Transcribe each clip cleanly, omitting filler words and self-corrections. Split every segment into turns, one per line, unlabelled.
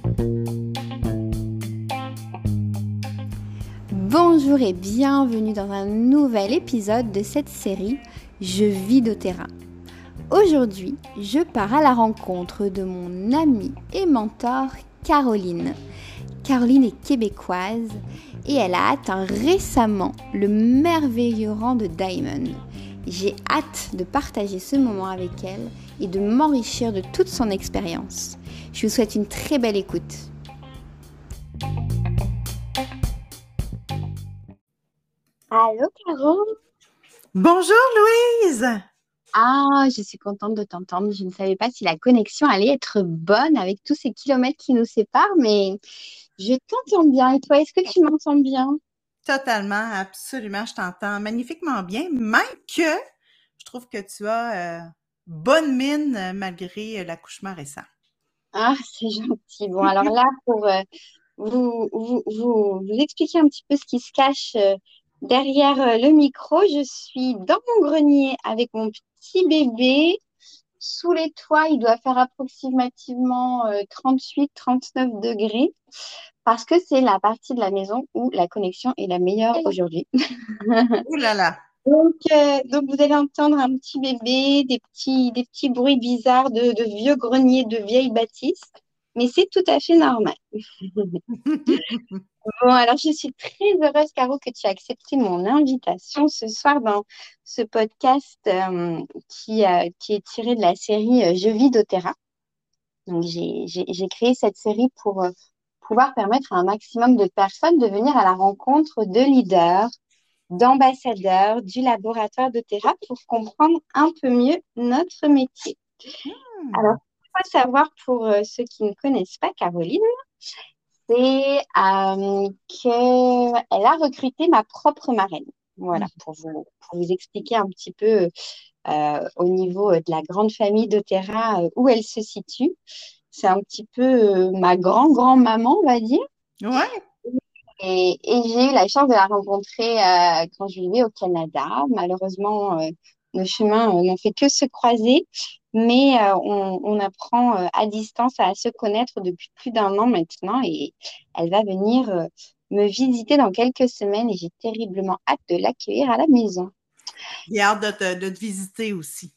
Bonjour et bienvenue dans un nouvel épisode de cette série Je vis doTERRA. Aujourd'hui, je pars à la rencontre de mon amie et mentor Caroline. Caroline est québécoise et elle a atteint récemment le merveilleux rang de Diamond. J'ai hâte de partager ce moment avec elle et de m'enrichir de toute son expérience. Je vous souhaite une très belle écoute. Allô Caro?
Bonjour Louise!
Ah, je suis contente de t'entendre. Je ne savais pas si la connexion allait être bonne avec tous ces kilomètres qui nous séparent, mais je t'entends bien. Et toi, est-ce que tu m'entends bien?
Totalement, absolument, je t'entends magnifiquement bien, même que je trouve que tu as bonne mine malgré l'accouchement récent.
Ah, c'est gentil. Bon, alors là, pour vous expliquer un petit peu ce qui se cache derrière le micro, je suis dans mon grenier avec mon petit bébé. Sous les toits, il doit faire approximativement 38-39 degrés parce que c'est la partie de la maison où la connexion est la meilleure aujourd'hui.
Ouh là là!
Donc vous allez entendre un petit bébé, des petits bruits bizarres de vieux greniers, de vieilles bâtisses, mais c'est tout à fait normal. Bon, alors je suis très heureuse, Caro, que tu as accepté mon invitation ce soir dans ce podcast qui est tiré de la série Je vis doTERRA. Donc j'ai créé cette série pour pouvoir permettre à un maximum de personnes de venir à la rencontre de leaders, d'ambassadeurs du laboratoire doTERRA pour comprendre un peu mieux notre métier. Alors,
Hmm.
il faut savoir pour ceux qui ne connaissent pas Caroline, c'est qu'elle a recruté ma propre marraine. Voilà, pour vous expliquer un petit peu au niveau de la grande famille doTERRA où elle se situe. C'est un petit peu ma grand-grand-maman, on va dire.
Ouais,
Et j'ai eu la chance de la rencontrer quand je vivais au Canada. Malheureusement, nos chemins n'ont fait que se croiser, mais on apprend à distance à se connaître depuis plus d'un an maintenant et elle va venir me visiter dans quelques semaines et j'ai terriblement hâte de l'accueillir à la maison.
j'ai hâte de te visiter aussi.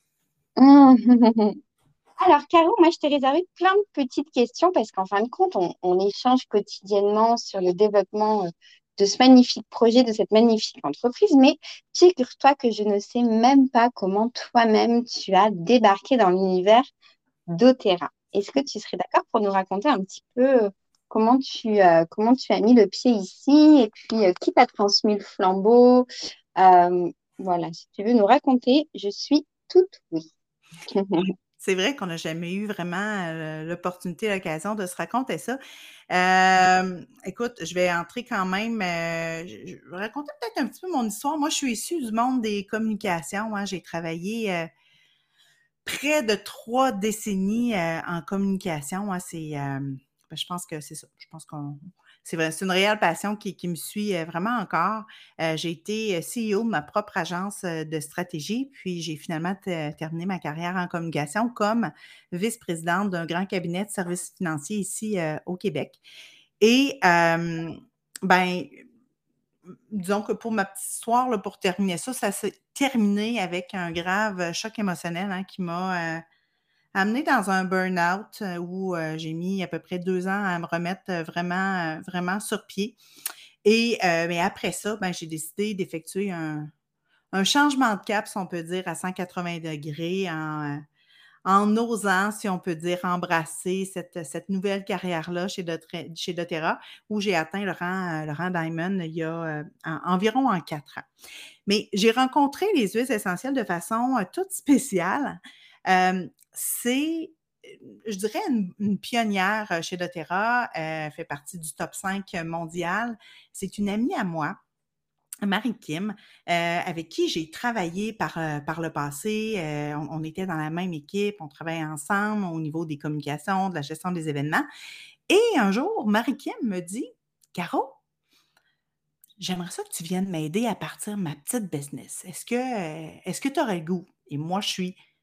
Alors, Caro, moi, je t'ai réservé plein de petites questions parce qu'en fin de compte, on échange quotidiennement sur le développement de ce magnifique projet, de cette magnifique entreprise. Mais figure-toi que je ne sais même pas comment toi-même tu as débarqué dans l'univers doTERRA. Est-ce que tu serais d'accord pour nous raconter un petit peu comment tu as mis le pied ici et puis qui t'a transmis le flambeau? Voilà, si tu veux nous raconter, je suis toute oui.
C'est vrai qu'on n'a jamais eu vraiment l'opportunité, l'occasion de se raconter ça. Écoute, je vais entrer quand même, je vais raconter peut-être un petit peu mon histoire. Moi, je suis issue du monde des communications, hein. J'ai travaillé près de 3 décennies en communication. Hein. Ben, je pense que c'est ça. Je pense qu'on c'est vrai, c'est une réelle passion qui me suit vraiment encore. J'ai été CEO de ma propre agence de stratégie, puis j'ai finalement terminé ma carrière en communication comme vice-présidente d'un grand cabinet de services financiers ici au Québec. Et ben, disons que pour ma petite histoire, là, pour terminer ça, ça s'est terminé avec un grave choc émotionnel hein, qui m'a amenée dans un burn-out où j'ai mis à peu près 2 ans à me remettre vraiment sur pied. Et mais après ça, ben, j'ai décidé d'effectuer un changement de cap, si on peut dire, à 180 degrés en osant, si on peut dire, embrasser cette nouvelle carrière-là chez doTERRA, où j'ai atteint le rang Diamond il y a environ en 4 ans. Mais j'ai rencontré les huiles essentielles de façon toute spéciale. C'est, je dirais, une pionnière chez doTERRA, fait partie du top 5 mondial. C'est une amie à moi, Marie-Kim, avec qui j'ai travaillé par le passé. On était dans la même équipe, on travaillait ensemble au niveau des communications, de la gestion des événements. Et un jour, Marie-Kim me dit, Caro, j'aimerais ça que tu viennes m'aider à partir ma petite business. Est-ce que tu aurais le goût? Et moi, je suis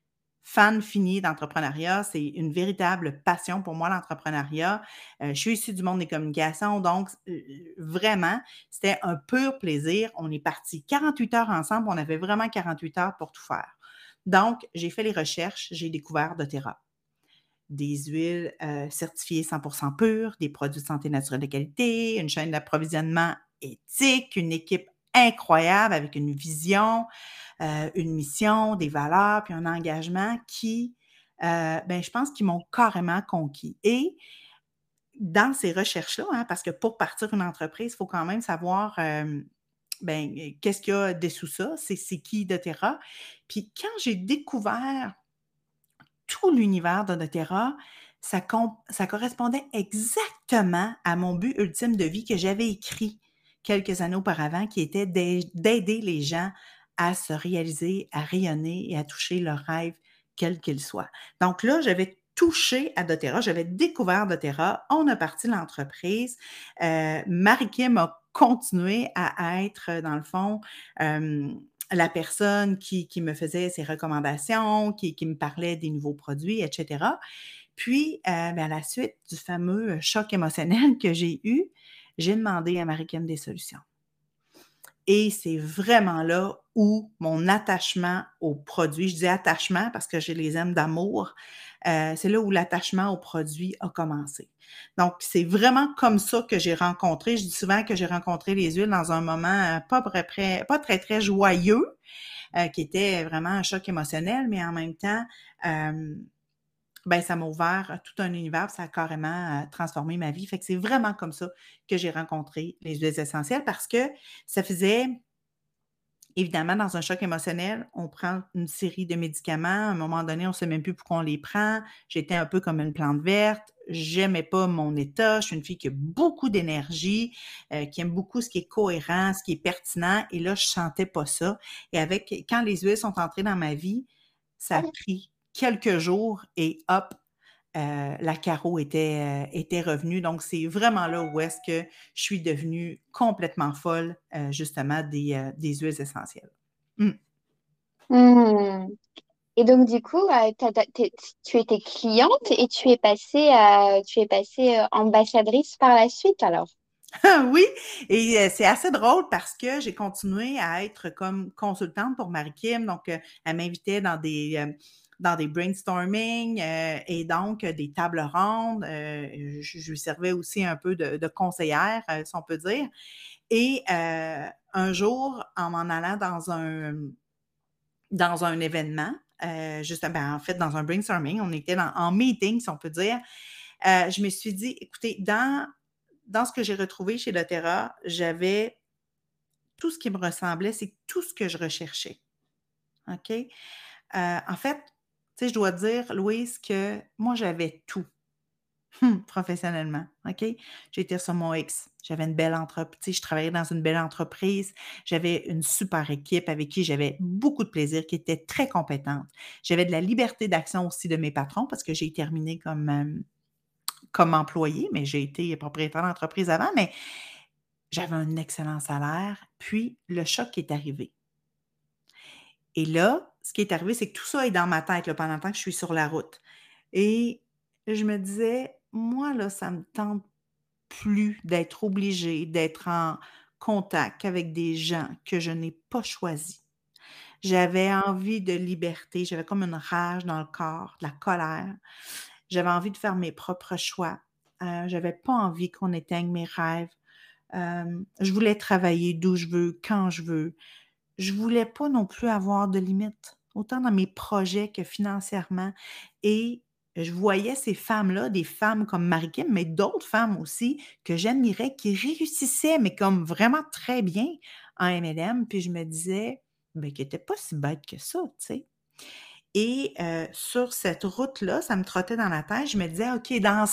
fan fini d'entrepreneuriat. C'est une véritable passion pour moi, l'entrepreneuriat. Je suis issue du monde des communications, donc vraiment, c'était un pur plaisir. On est partis 48 heures ensemble. On avait vraiment 48 heures pour tout faire. Donc, j'ai fait les recherches. J'ai découvert doTERRA. Des huiles certifiées 100% pures, des produits de santé naturelle de qualité, une chaîne d'approvisionnement éthique, une équipe incroyable avec une vision, une mission, des valeurs, puis un engagement qui, je pense qu'ils m'ont carrément conquis. Et dans ces recherches-là, hein, parce que pour partir une entreprise, il faut quand même savoir qu'est-ce qu'il y a dessous ça, c'est qui doTERRA. Puis quand j'ai découvert tout l'univers de doTERRA, ça correspondait exactement à mon but ultime de vie que j'avais écrit quelques années auparavant, qui était d'aider les gens à se réaliser, à rayonner et à toucher leurs rêves, quels qu'ils soient. Donc là, j'avais touché à doTERRA, j'avais découvert doTERRA, on a parti l'entreprise. Marie-Kim a continué à être, dans le fond, la personne qui me faisait ses recommandations, qui me parlait des nouveaux produits, etc. Puis, à la suite du fameux choc émotionnel que j'ai eu, j'ai demandé à Marie-Kim des solutions. Et c'est vraiment là où mon attachement aux produits, je dis attachement parce que je les aime d'amour, c'est là où l'attachement aux produits a commencé. Donc, c'est vraiment comme ça que j'ai rencontré, je dis souvent que j'ai rencontré les huiles dans un moment pas très, très joyeux, qui était vraiment un choc émotionnel, mais en même temps, ça m'a ouvert tout un univers, ça a carrément transformé ma vie. Fait que c'est vraiment comme ça que j'ai rencontré les huiles essentielles parce que ça faisait, évidemment, dans un choc émotionnel, on prend une série de médicaments. À un moment donné, on ne sait même plus pourquoi on les prend. J'étais un peu comme une plante verte. J'aimais pas mon état. Je suis une fille qui a beaucoup d'énergie, qui aime beaucoup ce qui est cohérent, ce qui est pertinent. Et là, je sentais pas ça. Et quand les huiles sont entrées dans ma vie, ça a pris quelques jours et hop, la carreau était revenue. Donc, c'est vraiment là où est-ce que je suis devenue complètement folle, justement, des huiles essentielles. Mm.
Hmm. Et donc, du coup, tu étais cliente et tu es passée ambassadrice par la suite, alors.
Oui, et c'est assez drôle parce que j'ai continué à être comme consultante pour Marie-Kim. Donc, elle m'invitait dans des brainstorming et donc des tables rondes. Je lui servais aussi un peu de conseillère, si on peut dire. Et un jour, en m'en allant dans un événement, en fait, dans un brainstorming, on était en meeting, si on peut dire, je me suis dit, écoutez, dans ce que j'ai retrouvé chez doTERRA, j'avais tout ce qui me ressemblait, c'est tout ce que je recherchais. OK? En fait, tu sais, je dois dire, Louise, que moi, j'avais tout. Professionnellement, OK? J'étais sur mon X. J'avais une belle entreprise, je travaillais dans une belle entreprise. J'avais une super équipe avec qui j'avais beaucoup de plaisir, qui était très compétente. J'avais de la liberté d'action aussi de mes patrons parce que j'ai terminé comme employée, mais j'ai été propriétaire d'entreprise avant, mais j'avais un excellent salaire. Puis, le choc est arrivé. Et là, ce qui est arrivé, c'est que tout ça est dans ma tête là, pendant le temps que je suis sur la route. Et je me disais, moi, là, ça me tente plus d'être obligée d'être en contact avec des gens que je n'ai pas choisis. J'avais envie de liberté, j'avais comme une rage dans le corps, de la colère. J'avais envie de faire mes propres choix. J'avais pas envie qu'on éteigne mes rêves. Je voulais travailler d'où je veux, quand je veux. Je voulais pas non plus avoir de limites, autant dans mes projets que financièrement. Et je voyais ces femmes-là, des femmes comme Marie-Kim, mais d'autres femmes aussi que j'admirais, qui réussissaient, mais comme vraiment très bien en MLM. Puis je me disais, ben, qu'elle n'était pas si bête que ça, tu sais. Et sur cette route-là, ça me trottait dans la tête. Je me disais, OK,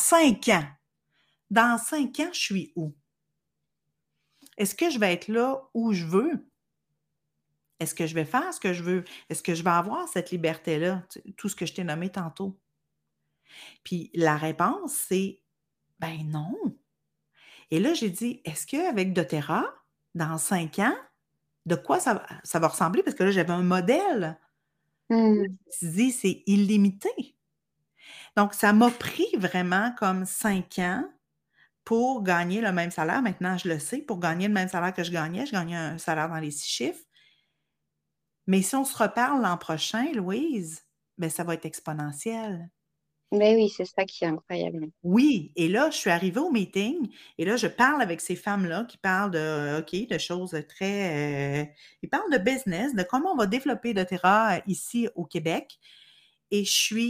dans 5 ans, je suis où? Est-ce que je vais être là où je veux? Est-ce que je vais faire ce que je veux? Est-ce que je vais avoir cette liberté-là? Tout ce que je t'ai nommé tantôt. Puis la réponse, c'est ben non. Et là, j'ai dit, est-ce qu'avec doTERRA, dans 5 ans, de quoi ça va ressembler? Parce que là, j'avais un modèle.
Hmm.
Je me suis dit, c'est illimité. Donc, ça m'a pris vraiment comme 5 ans pour gagner le même salaire. Maintenant, je le sais, pour gagner le même salaire que je gagnais un salaire dans les 6 chiffres. Mais si on se reparle l'an prochain, Louise, ben ça va être exponentiel.
Mais oui, c'est ça qui est incroyable.
Oui, et là, je suis arrivée au meeting et là, je parle avec ces femmes-là qui parlent de, OK, de choses très... ils parlent de business, de comment on va développer doTERRA ici au Québec. Et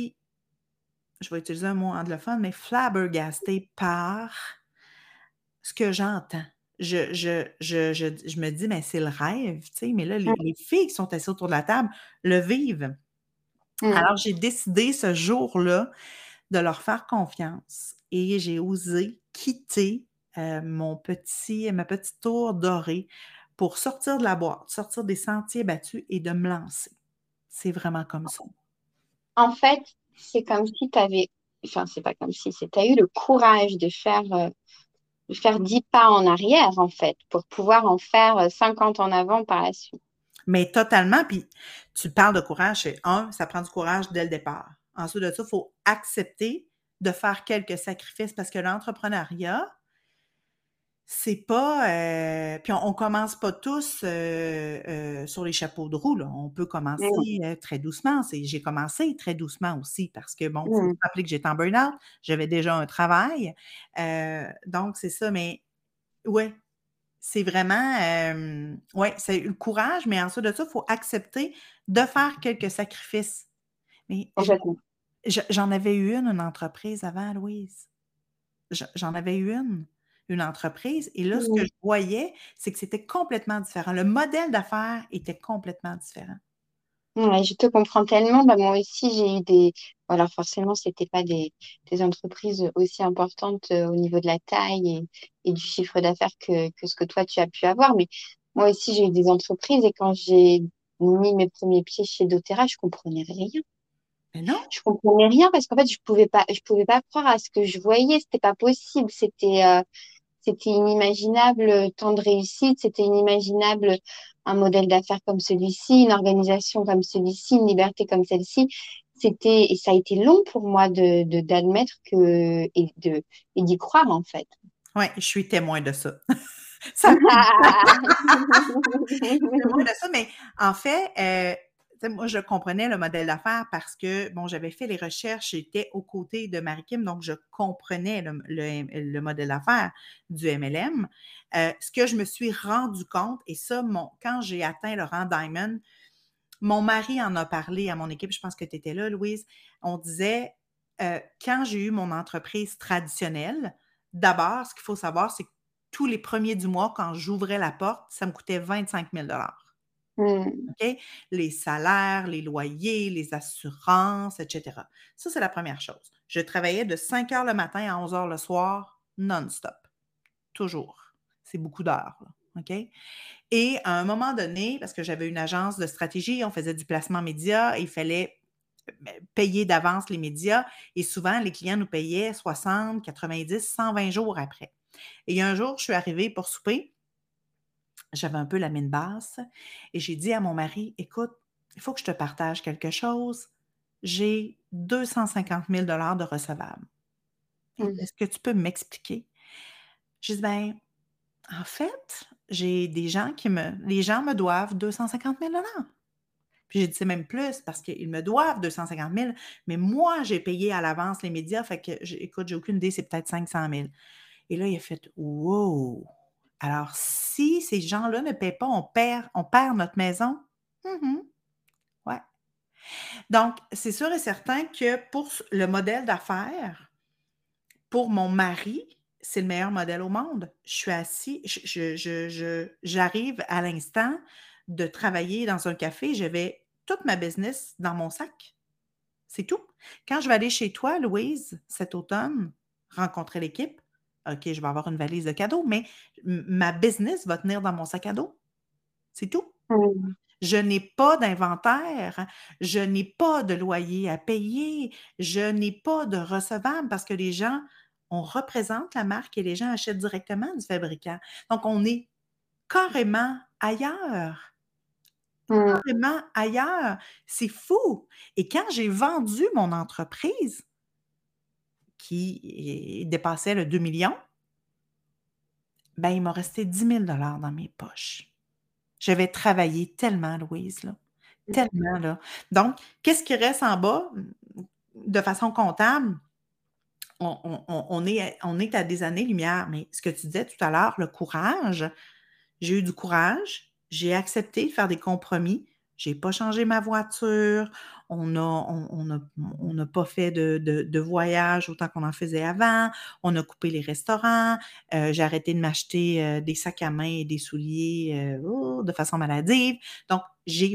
je vais utiliser un mot anglophone, mais flabbergastée par ce que j'entends. Je me dis, mais c'est le rêve, tu sais, mais là, les filles qui sont assises autour de la table le vivent.
Hmm.
Alors, j'ai décidé ce jour-là de leur faire confiance et j'ai osé quitter ma petite tour dorée pour sortir de la boîte, sortir des sentiers battus et de me lancer. C'est vraiment comme ça.
En fait, c'est comme si tu avais, enfin, c'est pas comme si, c'est tu as eu le courage de faire 10 pas en arrière, en fait, pour pouvoir en faire 50 en avant par la suite.
Mais totalement, puis tu parles de courage, c'est ça prend du courage dès le départ. Ensuite de ça, il faut accepter de faire quelques sacrifices parce que l'entrepreneuriat, c'est pas. Puis on commence pas tous sur les chapeaux de roue, là. On peut
Hmm.
commencer très doucement. J'ai commencé très doucement aussi parce que, bon, il faut se
Hmm.
rappeler que j'étais en burn-out, j'avais déjà un travail. Donc, c'est ça, mais ouais, c'est vraiment. Ouais, c'est le courage, mais ensuite de ça, il faut accepter de faire quelques sacrifices. Mais
Complètement.
j'en avais eu une entreprise avant, Louise. J'en avais eu une entreprise, et là, ce que
Hmm.
je voyais, c'est que c'était complètement différent. Le modèle d'affaires était complètement différent.
Ouais, je te comprends tellement. Bah, moi aussi, j'ai eu des. Voilà, forcément, c'était pas des entreprises aussi importantes au niveau de la taille et du chiffre d'affaires que ce que toi, tu as pu avoir. Mais moi aussi, j'ai eu des entreprises et quand j'ai mis mes premiers pieds chez doTERRA, je comprenais rien.
Mais non,
Je comprenais rien parce qu'en fait, je pouvais pas croire à ce que je voyais. C'était pas possible. C'était inimaginable tant de réussite, c'était inimaginable un modèle d'affaires comme celui-ci, une organisation comme celui-ci, une liberté comme celle-ci. Et ça a été long pour moi d'admettre et d'y croire en fait.
ouais, je suis témoin de ça. Ça a pris du temps. Je suis témoin de ça, mais en fait, tu sais, moi, je comprenais le modèle d'affaires parce que, bon, j'avais fait les recherches, j'étais aux côtés de Marie-Kim, donc je comprenais le modèle d'affaires du MLM. Ce que je me suis rendu compte, et ça, quand j'ai atteint le rang Diamond, mon mari en a parlé à mon équipe, je pense que tu étais là, Louise. On disait, quand j'ai eu mon entreprise traditionnelle, d'abord, ce qu'il faut savoir, c'est que tous les premiers du mois, quand j'ouvrais la porte, ça me coûtait 25 000
Hmm.
OK? Les salaires, les loyers, les assurances, etc. Ça, c'est la première chose. Je travaillais de 5 heures le matin à 11 heures le soir, non-stop. Toujours. C'est beaucoup d'heures, là, OK? Et à un moment donné, parce que j'avais une agence de stratégie, on faisait du placement média, il fallait payer d'avance les médias et souvent, les clients nous payaient 60, 90, 120 jours après. Et un jour, je suis arrivée pour souper, j'avais un peu la mine basse et j'ai dit à mon mari, écoute, il faut que je te partage quelque chose. J'ai 250 000 de recevables.
Hmm.
Est-ce que tu peux m'expliquer? J'ai dit, ben, en fait, j'ai des gens les gens me doivent 250 000. Puis j'ai dit, c'est même plus parce qu'ils me doivent 250 000, mais moi, j'ai payé à l'avance les médias, fait que, écoute, j'ai aucune idée, c'est peut-être 500 000. Et là, il a fait, wow! Alors, si ces gens-là ne paient pas, on perd notre maison? Mhm, ouais. Donc, c'est sûr et certain que pour le modèle d'affaires, pour mon mari, c'est le meilleur modèle au monde. Je suis assis, j'arrive à l'instant de travailler dans un café, j'avais toute ma business dans mon sac. C'est tout. Quand je vais aller chez toi, Louise, cet automne, rencontrer l'équipe, OK, je vais avoir une valise de cadeaux, mais ma business va tenir dans mon sac à dos. C'est tout.
Hmm.
Je n'ai pas d'inventaire, je n'ai pas de loyer à payer, je n'ai pas de recevable parce que les gens, on représente la marque et les gens achètent directement du fabricant. Donc, on est carrément ailleurs.
Mm.
carrément ailleurs. C'est fou. Et quand j'ai vendu mon entreprise, qui dépassait le 2 millions, ben, il m'a resté 10 000 dans mes poches. J'avais travaillé tellement, Louise, là. Tellement, là. Donc, qu'est-ce qui reste en bas? De façon comptable, on est à des années-lumière. Mais ce que tu disais tout à l'heure, le courage, j'ai eu du courage, j'ai accepté de faire des compromis, j'ai pas changé ma voiture, on n'a pas fait de voyage autant qu'on en faisait avant, on a coupé les restaurants, j'ai arrêté de m'acheter des sacs à main et des souliers de façon maladive. Donc,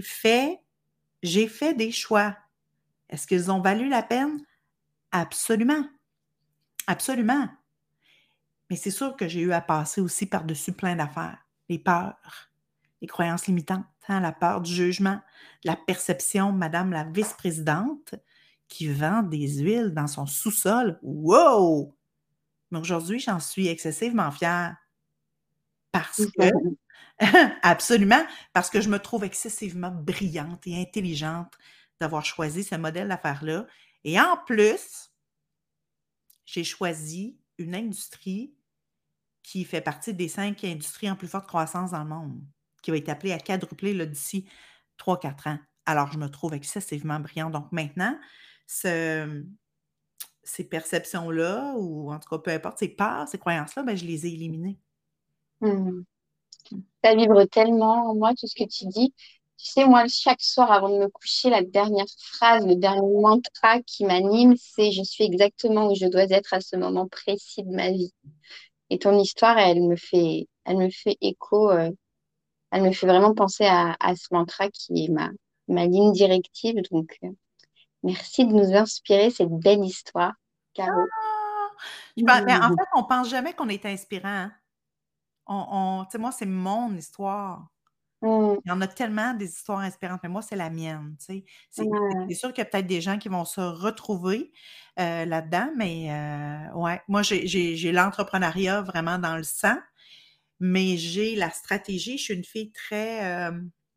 j'ai fait des choix. Est-ce qu'ils ont valu la peine? Absolument, absolument. Mais c'est sûr que j'ai eu à passer aussi par-dessus plein d'affaires. Les peurs, les croyances limitantes, hein, la peur du jugement, la perception, Madame la vice-présidente qui vend des huiles dans son sous-sol. Wow! Mais aujourd'hui, j'en suis excessivement fière parce que, absolument, parce que je me trouve excessivement brillante et intelligente d'avoir choisi ce modèle d'affaires-là. Et en plus, j'ai choisi une industrie qui fait partie des 5 industries en plus forte croissance dans le monde, qui va être appelée à quadrupler là, d'ici 3 4 ans. Alors, je me trouve excessivement brillante. Donc maintenant, ce- ces perceptions-là, ou en tout cas, peu importe, ces peurs, ces croyances-là, ben, je les ai éliminées.
Mm. Ça vibre tellement en moi, tout ce que tu dis. Tu sais, moi, chaque soir avant de me coucher, la dernière phrase, le dernier mantra qui m'anime, c'est je suis exactement où je dois être à ce moment précis de ma vie. Et ton histoire, elle me fait écho, elle me fait vraiment penser à ce mantra qui est ma ligne directive. Donc, merci de nous inspirer cette belle histoire, Caro.
Ah! Mais en fait, on pense jamais qu'on est inspirant, hein. Tu sais, moi, c'est mon histoire.
Mm,
Il y en a tellement des histoires inspirantes, mais moi, c'est la mienne, tu sais.
ouais.
C'est sûr qu'il y a peut-être des gens qui vont se retrouver là-dedans, mais ouais, moi, j'ai l'entrepreneuriat vraiment dans le sang, mais j'ai la stratégie. Je suis une fille très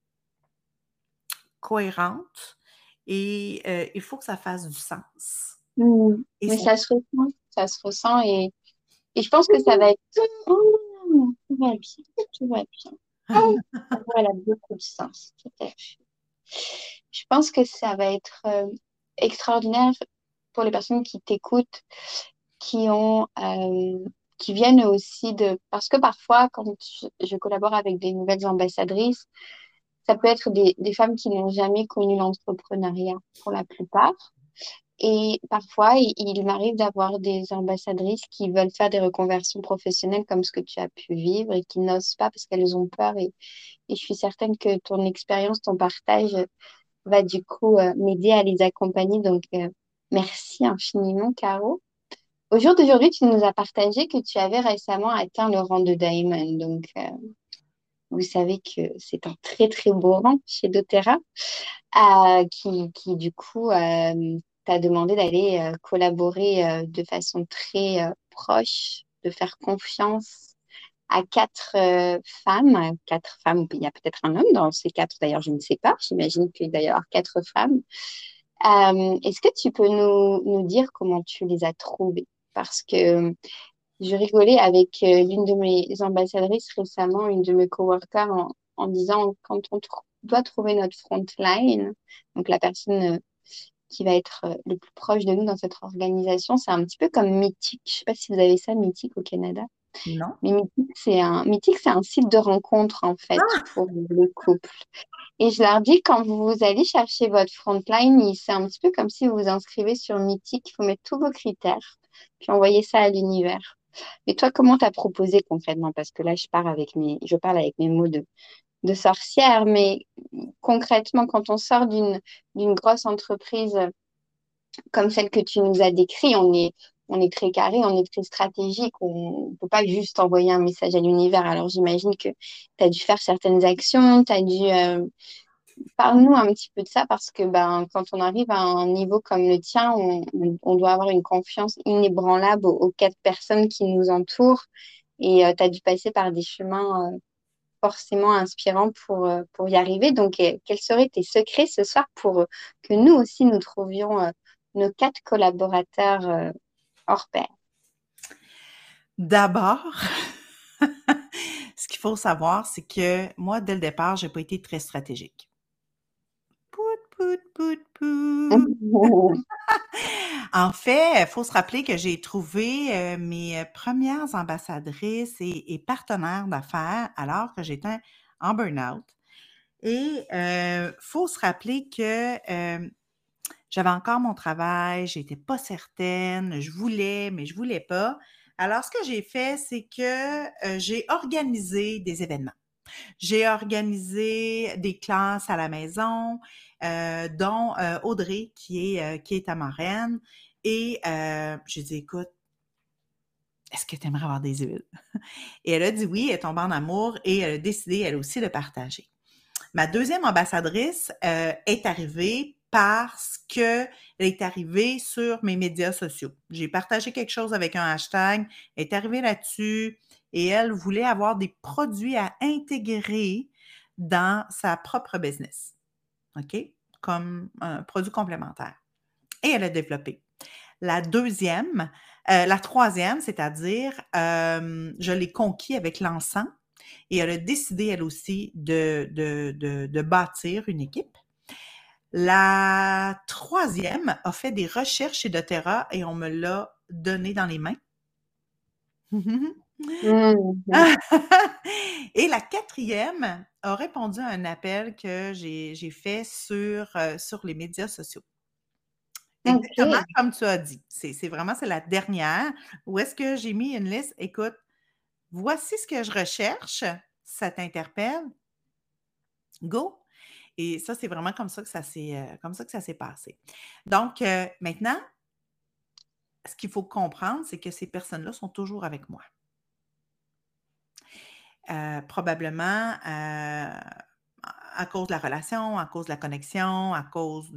cohérente et il faut que ça fasse du sens.
Mm.
Et
Mais
c'est
ça se ressent et je pense que ça va être... Oh, tout va bien, tout va bien. Oh, ta voix, elle a beaucoup de sens. Tout à fait. Je pense que ça va être extraordinaire pour les personnes qui t'écoutent, qui ont, qui viennent aussi de... Parce que parfois, quand je collabore avec des nouvelles ambassadrices, ça peut être des femmes qui n'ont jamais connu l'entrepreneuriat pour la plupart. Et parfois, il m'arrive d'avoir des ambassadrices qui veulent faire des reconversions professionnelles comme ce que tu as pu vivre et qui n'osent pas parce qu'elles ont peur. Et je suis certaine que ton expérience, ton partage va du coup m'aider à les accompagner. Donc, merci infiniment, Caro. Au jour d'aujourd'hui, tu nous as partagé que tu avais récemment atteint le rang de Diamond. Donc, vous savez que c'est un très, très beau rang chez doTERRA, qui du coup t'a demandé d'aller collaborer de façon très proche, de faire confiance à quatre femmes, il y a peut-être un homme dans ces quatre d'ailleurs, je ne sais pas, j'imagine qu'il doit y avoir quatre femmes. Est-ce que tu peux nous dire comment tu les as trouvées? Parce que je rigolais avec l'une de mes ambassadrices récemment, une de mes coworkers, en disant quand doit trouver notre frontline, donc la personne qui va être le plus proche de nous dans cette organisation, c'est un petit peu comme Mythique. Je ne sais pas si vous avez ça, Mythique au Canada.
non.
Mais Mythique, c'est un site de rencontre en fait pour les couples. Et je leur dis, quand vous allez chercher votre frontline, c'est un petit peu comme si vous vous inscrivez sur Mythique. Il faut mettre tous vos critères, puis envoyer ça à l'univers. Mais toi, comment t'as proposé concrètement? Parce que là, je parle avec mes mots de sorcière, mais concrètement, quand on sort d'une grosse entreprise comme celle que tu nous as décrit, on est très carré, on est très stratégique, on ne peut pas juste envoyer un message à l'univers. Alors j'imagine que tu as dû faire certaines actions, tu as dû... Parle-nous un petit peu de ça parce que ben, quand on arrive à un niveau comme le tien, on doit avoir une confiance inébranlable aux quatre personnes qui nous entourent et tu as dû passer par des chemins forcément inspirant pour y arriver. Donc, quels seraient tes secrets ce soir pour que nous aussi, nous trouvions nos 4 collaborateurs hors pair?
D'abord, ce qu'il faut savoir, c'est que moi, dès le départ, j'ai pas été très stratégique. Pout, pout, pout, pout. En fait, il faut se rappeler que j'ai trouvé mes premières ambassadrices et partenaires d'affaires alors que j'étais en burn-out. Et faut se rappeler que j'avais encore mon travail, j'étais pas certaine, je voulais, mais je voulais pas. Alors, ce que j'ai fait, c'est que j'ai organisé des événements. J'ai organisé des classes à la maison, dont Audrey, qui est ta marraine. Et j'ai dit, écoute, est-ce que tu aimerais avoir des huiles? Et elle a dit oui, elle est tombée en amour et elle a décidé, elle aussi, de partager. Ma deuxième ambassadrice est arrivée parce qu'elle est arrivée sur mes médias sociaux. J'ai partagé quelque chose avec un hashtag, elle est arrivée là-dessus et elle voulait avoir des produits à intégrer dans sa propre business, OK? Comme un produit complémentaire. Et elle a développé. La troisième, c'est-à-dire, je l'ai conquis avec l'encens et elle a décidé, elle aussi, de bâtir une équipe. La troisième a fait des recherches chez doTERRA et on me l'a donné dans les mains. Et la quatrième a répondu à un appel que j'ai fait sur les médias sociaux. Exactement
Ok.
comme tu as dit. C'est la dernière où est-ce que j'ai mis une liste. Écoute, voici ce que je recherche. Ça t'interpelle? Go! Et ça, c'est vraiment comme ça que ça s'est passé. Donc, maintenant, ce qu'il faut comprendre, c'est que ces personnes-là sont toujours avec moi. Probablement à cause de la relation, à cause de la connexion, à cause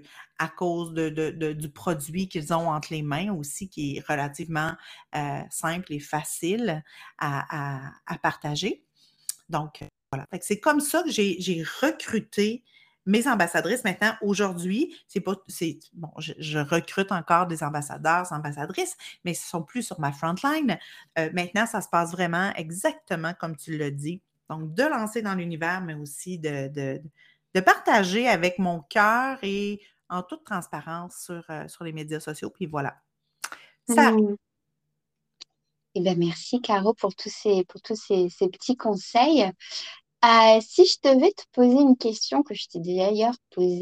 du produit qu'ils ont entre les mains aussi, qui est relativement simple et facile à partager. Donc, voilà. Fait que c'est comme ça que j'ai recruté mes ambassadrices. Maintenant, aujourd'hui, je recrute encore des ambassadeurs, ambassadrices, mais ils ne sont plus sur ma frontline. Maintenant, ça se passe vraiment exactement comme tu l'as dit. Donc, de lancer dans l'univers, mais aussi de partager avec mon cœur et en toute transparence sur les médias sociaux. Puis voilà. Ça arrive.
Hmm. Eh ben, merci, Caro, pour tous ces petits conseils. Si je devais te poser une question que je t'ai d'ailleurs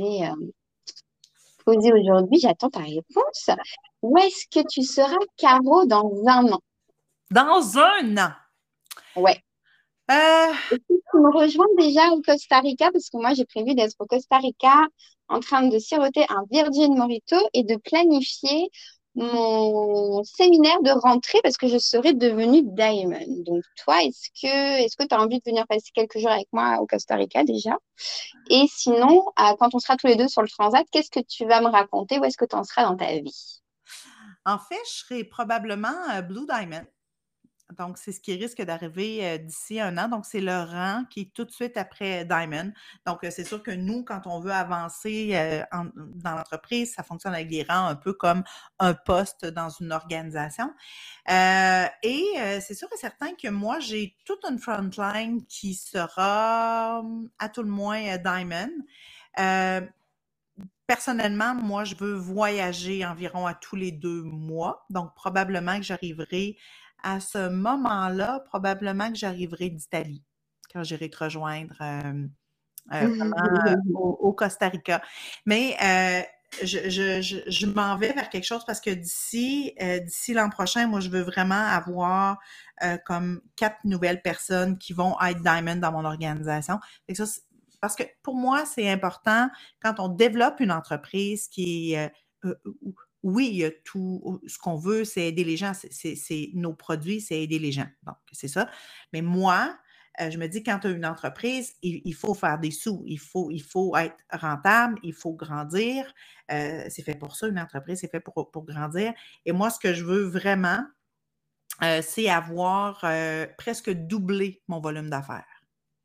posée aujourd'hui, j'attends ta réponse. Où est-ce que tu seras, Caro, dans un an?
Dans un an.
Ouais.
Euh,
Est-ce que tu me rejoins déjà au Costa Rica? Parce que moi, j'ai prévu d'être au Costa Rica en train de siroter un Virgin Morito et de planifier mon séminaire de rentrée parce que je serai devenue Diamond. Donc, toi, est-ce que tu as envie de venir passer quelques jours avec moi au Costa Rica déjà? Et sinon, quand on sera tous les deux sur le transat, qu'est-ce que tu vas me raconter? Où est-ce que tu en seras dans ta vie?
En fait, je serai probablement Blue Diamond. Donc, c'est ce qui risque d'arriver d'ici un an. Donc, c'est le rang qui est tout de suite après Diamond. Donc, c'est sûr que nous, quand on veut avancer dans l'entreprise, ça fonctionne avec des rangs un peu comme un poste dans une organisation. C'est sûr et certain que moi, j'ai toute une frontline qui sera à tout le moins Diamond. Euh, Personnellement, moi, je veux voyager environ à tous les 2 mois. Donc, probablement que j'arriverai à ce moment-là, probablement que j'arriverai d'Italie quand j'irai te rejoindre vraiment au Costa Rica. Mais je m'en vais vers quelque chose parce que d'ici l'an prochain, moi, je veux vraiment avoir comme 4 nouvelles personnes qui vont être Diamond dans mon organisation. Fait que ça, parce que pour moi, c'est important quand on développe une entreprise qui est, oui, il y a tout, ce qu'on veut, c'est aider les gens, nos produits, c'est aider les gens. Donc, c'est ça. Mais moi, je me dis, quand tu as une entreprise, il faut faire des sous, il faut être rentable, il faut grandir. C'est fait pour ça, une entreprise, c'est fait pour grandir. Et moi, ce que je veux vraiment, c'est avoir presque doublé mon volume d'affaires.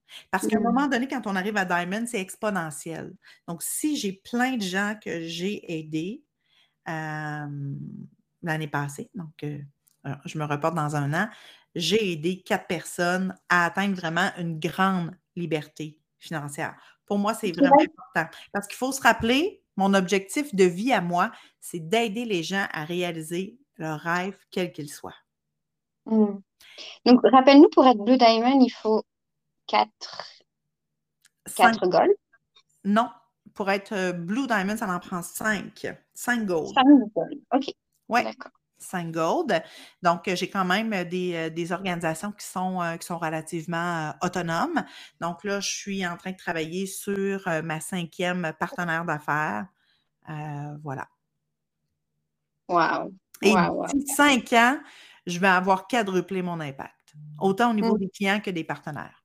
Parce qu'à un moment donné, quand on arrive à Diamond, c'est exponentiel. Donc, si j'ai plein de gens que j'ai aidés l'année passée, donc je me reporte dans un an, j'ai aidé 4 personnes à atteindre vraiment une grande liberté financière. Pour moi, c'est vraiment important. Parce qu'il faut se rappeler, mon objectif de vie à moi, c'est d'aider les gens à réaliser leurs rêves, quels qu'ils soient.
Donc, rappelle-nous, pour être Blue Diamond, il faut 4 gold.
Non, pour être Blue Diamond, ça en prend 5. 5 gold.
5 gold, OK.
Oui,
d'accord.
5 gold. Donc, j'ai quand même des organisations qui sont relativement autonomes. Donc là, je suis en train de travailler sur ma 5e partenaire d'affaires. Voilà.
Wow.
Et
Wow.
d'ici 5 ans, je vais avoir quadruplé mon impact, autant au niveau des clients que des partenaires.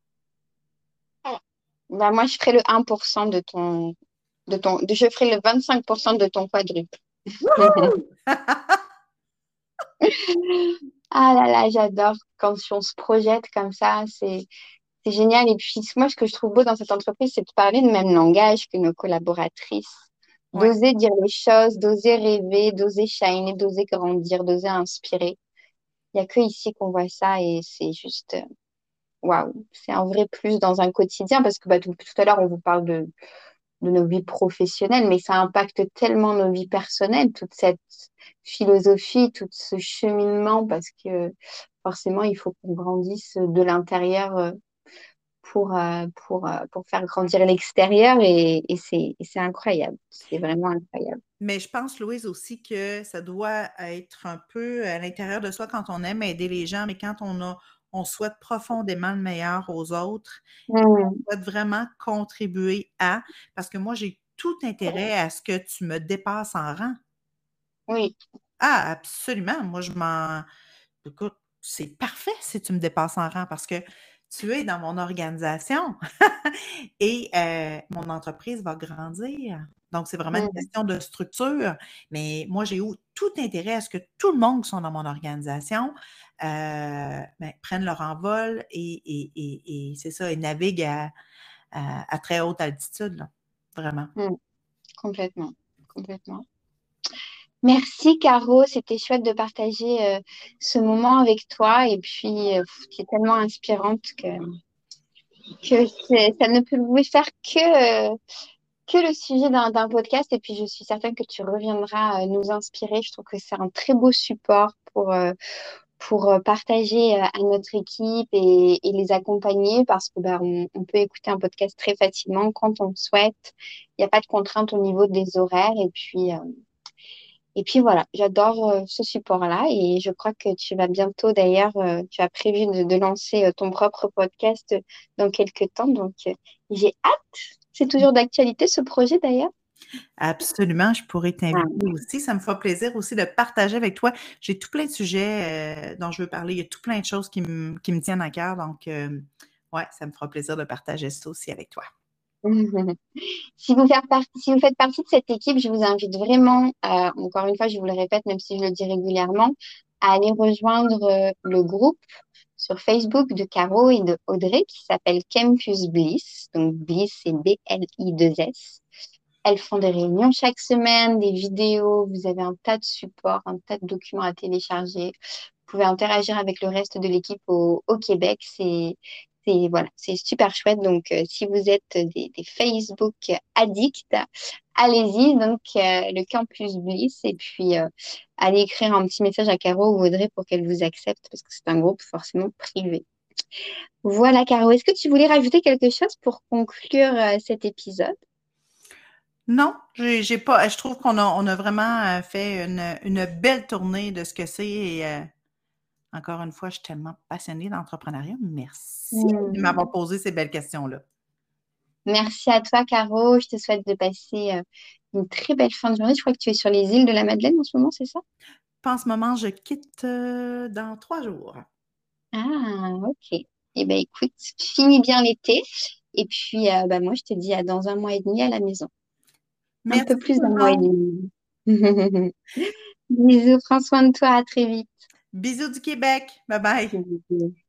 Bah, moi, je ferai le 1% je ferai le 25% de ton quadruple. Ah là là, j'adore quand on se projette comme ça, c'est génial. Et puis, moi, ce que je trouve beau dans cette entreprise, c'est de parler le même langage que nos collaboratrices.
Ouais.
D'oser dire les choses, d'oser rêver, d'oser shiner, d'oser grandir, d'oser inspirer. Il n'y a que ici qu'on voit ça et c'est juste, waouh, c'est un vrai plus dans un quotidien parce que bah, tout à l'heure, on vous parle de nos vies professionnelles, mais ça impacte tellement nos vies personnelles, toute cette philosophie, tout ce cheminement, parce que forcément, il faut qu'on grandisse de l'intérieur pour faire grandir l'extérieur et c'est incroyable. C'est vraiment incroyable.
Mais je pense, Louise, aussi que ça doit être un peu à l'intérieur de soi quand on aime aider les gens, mais quand on souhaite profondément le meilleur aux autres, on souhaite vraiment contribuer à, parce que moi, j'ai tout intérêt à ce que tu me dépasses en rang.
Oui.
Ah, absolument. Moi, écoute, c'est parfait si tu me dépasses en rang parce que tu es dans mon organisation et mon entreprise va grandir. Donc, c'est vraiment une question de structure. Mais moi, j'ai tout intérêt à ce que tout le monde qui sont dans mon organisation prennent leur envol et c'est ça, et naviguent à très haute altitude, là. Vraiment.
Complètement. Complètement. Merci Caro, c'était chouette de partager ce moment avec toi et puis tu es tellement inspirante que ça ne peut vous faire que le sujet d'un podcast et puis je suis certaine que tu reviendras nous inspirer. Je trouve que c'est un très beau support pour partager à notre équipe et les accompagner parce que bah, on peut écouter un podcast très facilement quand on le souhaite. Il n'y a pas de contrainte au niveau des horaires et puis voilà, j'adore ce support-là et je crois que tu vas bientôt d'ailleurs, tu as prévu de lancer ton propre podcast dans quelques temps. Donc j'ai hâte. C'est toujours d'actualité ce projet d'ailleurs.
Absolument, je pourrais t'inviter aussi. Ça me fera plaisir aussi de partager avec toi. J'ai tout plein de sujets dont je veux parler. Il y a tout plein de choses qui me tiennent à cœur. Donc, ouais, ça me fera plaisir de partager ça aussi avec toi.
Si vous faites partie de cette équipe, je vous invite vraiment, encore une fois, je vous le répète, même si je le dis régulièrement, à aller rejoindre le groupe sur Facebook de Caro et de Audrey qui s'appelle Campus Bliss. Donc Bliss, c'est B-L-I-2-S. Elles font des réunions chaque semaine, des vidéos, vous avez un tas de supports, un tas de documents à télécharger. Vous pouvez interagir avec le reste de l'équipe au Québec. Voilà, c'est super chouette. Donc, si vous êtes des Facebook addicts, allez-y. Donc, le Campus Bliss. Et puis, allez écrire un petit message à Caro ou Audrey pour qu'elle vous accepte parce que c'est un groupe forcément privé. Voilà, Caro. Est-ce que tu voulais rajouter quelque chose pour conclure cet épisode?
Non, j'ai pas. Je trouve on a vraiment fait une belle tournée de ce que c'est. Et encore une fois, je suis tellement passionnée d'entrepreneuriat. Merci de m'avoir posé ces belles questions-là.
Merci à toi, Caro. Je te souhaite de passer une très belle fin de journée. Je crois que tu es sur les îles de la Madeleine en ce moment, c'est ça?
En ce moment, je quitte dans 3 jours.
Ah, ok. Eh bien, écoute, finis bien l'été. Et puis, bah, moi, je te dis à dans un mois et demi à la maison. Un
Merci
peu plus
tout
d'un
le
mois et
monde.
demi. Bisous, prends soin de toi. À très vite.
Bisous du Québec. Bye bye.
Bisous.